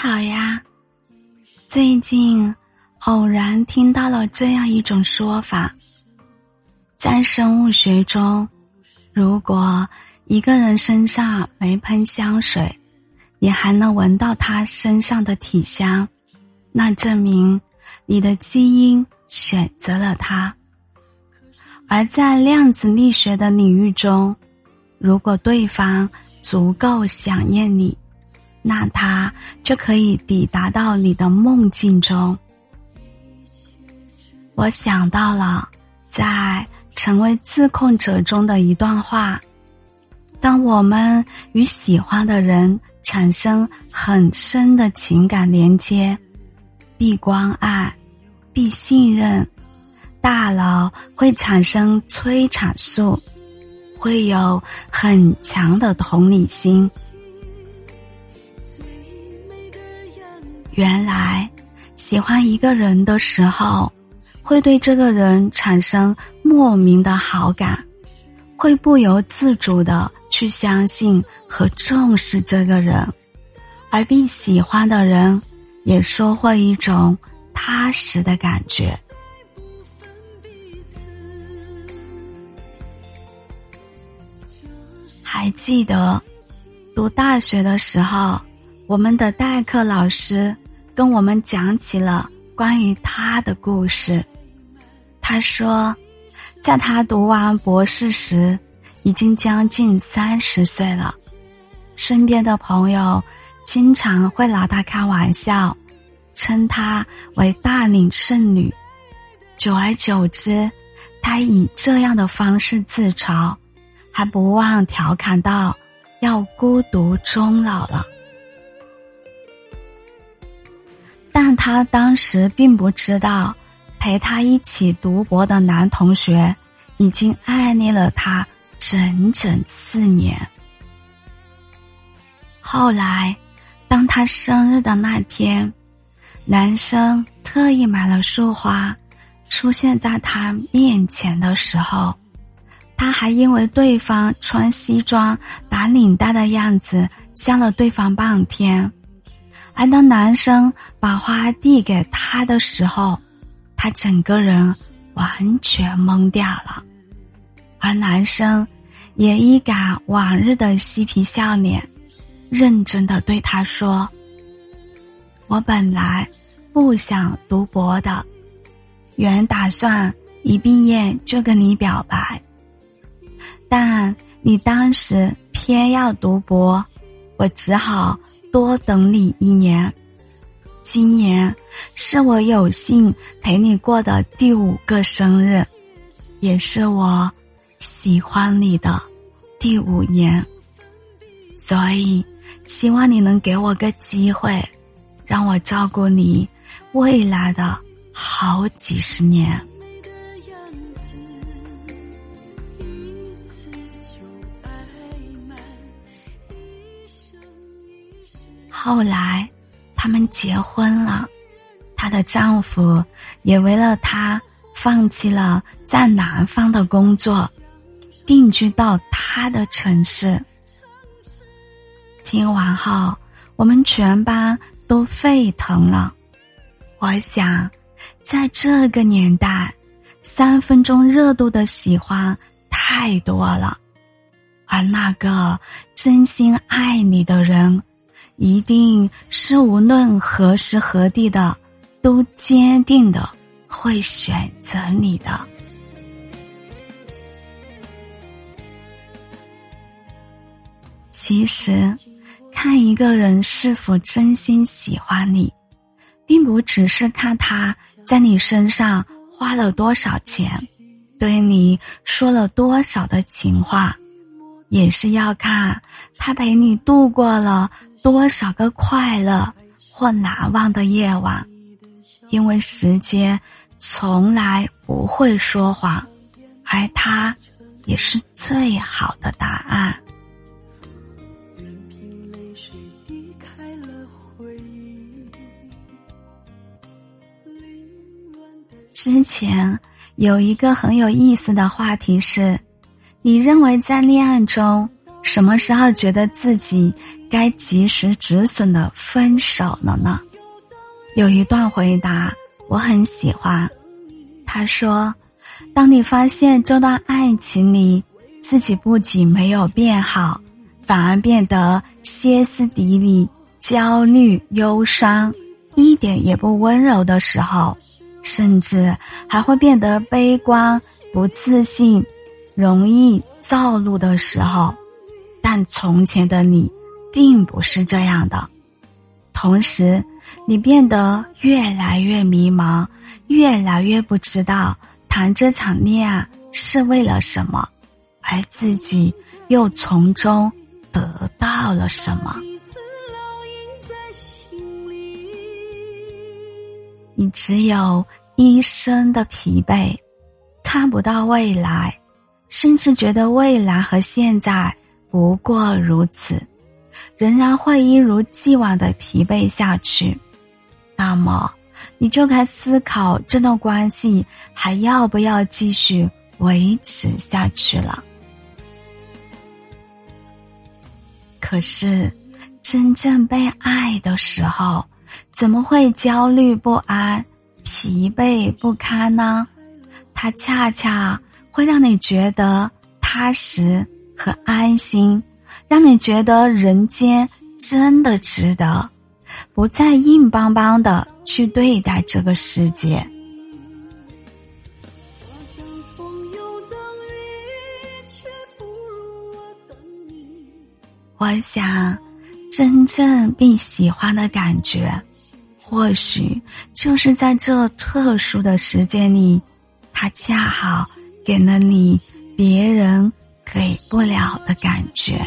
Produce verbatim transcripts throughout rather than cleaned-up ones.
好呀。最近偶然听到了这样一种说法，在生物学中，如果一个人身上没喷香水，你还能闻到他身上的体香，那证明你的基因选择了他。而在量子力学的领域中，如果对方足够想念你，那他就可以抵达到你的梦境中。我想到了在成为自控者中的一段话，当我们与喜欢的人产生很深的情感连接，必关爱，必信任，大脑会产生催产素，会有很强的同理心。原来喜欢一个人的时候，会对这个人产生莫名的好感，会不由自主地去相信和重视这个人，而被喜欢的人也收获一种踏实的感觉。还记得读大学的时候，我们的代课老师跟我们讲起了关于他的故事。他说，在他读完博士时，已经将近三十岁了，身边的朋友经常会拿他开玩笑，称他为大龄剩女。久而久之，他以这样的方式自嘲，还不忘调侃道要孤独终老了。但他当时并不知道，陪他一起读博的男同学已经暗恋了他整整四年。后来当他生日的那天，男生特意买了束花出现在他面前的时候，他还因为对方穿西装打领带的样子笑了对方半天。而当男生把花递给他的时候，他整个人完全懵掉了，而男生也一改往日的嬉皮笑脸，认真地对他说，我本来不想读博的，原打算一毕业就跟你表白，但你当时偏要读博，我只好多等你一年。今年是我有幸陪你过的第五个生日，也是我喜欢你的第五年，所以希望你能给我个机会，让我照顾你未来的好几十年。后来他们结婚了，她的丈夫也为了她放弃了在南方的工作，定居到她的城市。听完后，我们全班都沸腾了。我想，在这个年代，三分钟热度的喜欢太多了，而那个真心爱你的人，一定是无论何时何地的都坚定的会选择你的。其实看一个人是否真心喜欢你，并不只是看他在你身上花了多少钱，对你说了多少的情话，也是要看他陪你度过了多少个快乐或难忘的夜晚。因为时间从来不会说谎，而它也是最好的答案。之前有一个很有意思的话题是，你认为在恋爱中什么时候觉得自己该及时止损的分手了呢？有一段回答我很喜欢，他说，当你发现这段爱情里自己不仅没有变好，反而变得歇斯底里、焦虑、忧伤，一点也不温柔的时候，甚至还会变得悲观、不自信，容易躁怒的时候，但从前的你并不是这样的。同时你变得越来越迷茫，越来越不知道谈这场恋爱是为了什么，而自己又从中得到了什么。你只有一身的疲惫，看不到未来，甚至觉得未来和现在不过如此，仍然会一如既往的疲惫下去，那么你就该思考这段关系还要不要继续维持下去了。可是真正被爱的时候，怎么会焦虑不安、疲惫不堪呢？它恰恰会让你觉得踏实和安心，让你觉得人间真的值得，不再硬邦邦的去对待这个世界。我想真正被喜欢的感觉，或许就是在这特殊的时间里，它恰好给了你别人给不了的感觉。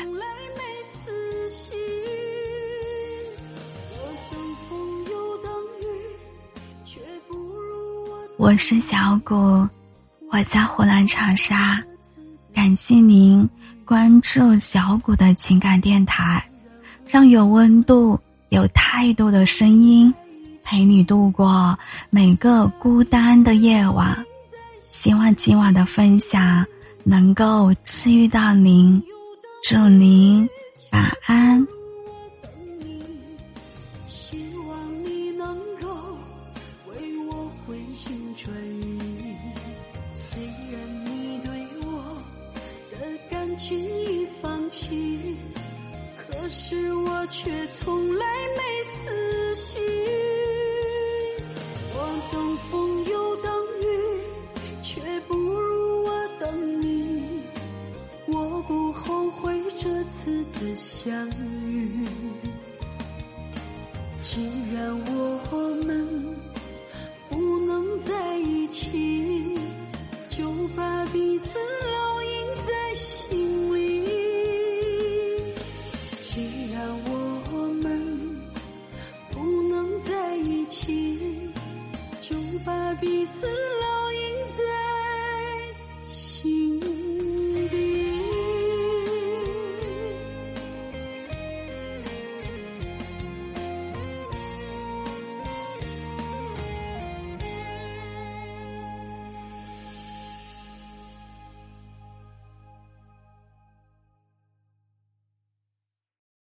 我是小谷，我在湖南长沙，感谢您关注小谷的情感电台，让有温度、有态度的声音陪你度过每个孤单的夜晚。希望今晚的分享能够治愈到您，祝您晚安。 希望你能够为我回心转意，虽然你对我的感情已放弃，可是我却从来没死心。我等风又等雨，却不如我等你，我不后悔这次的相遇。既然我们不能在一起，就把彼此烙印在心里。既然我们不能在一起，就把彼此烙印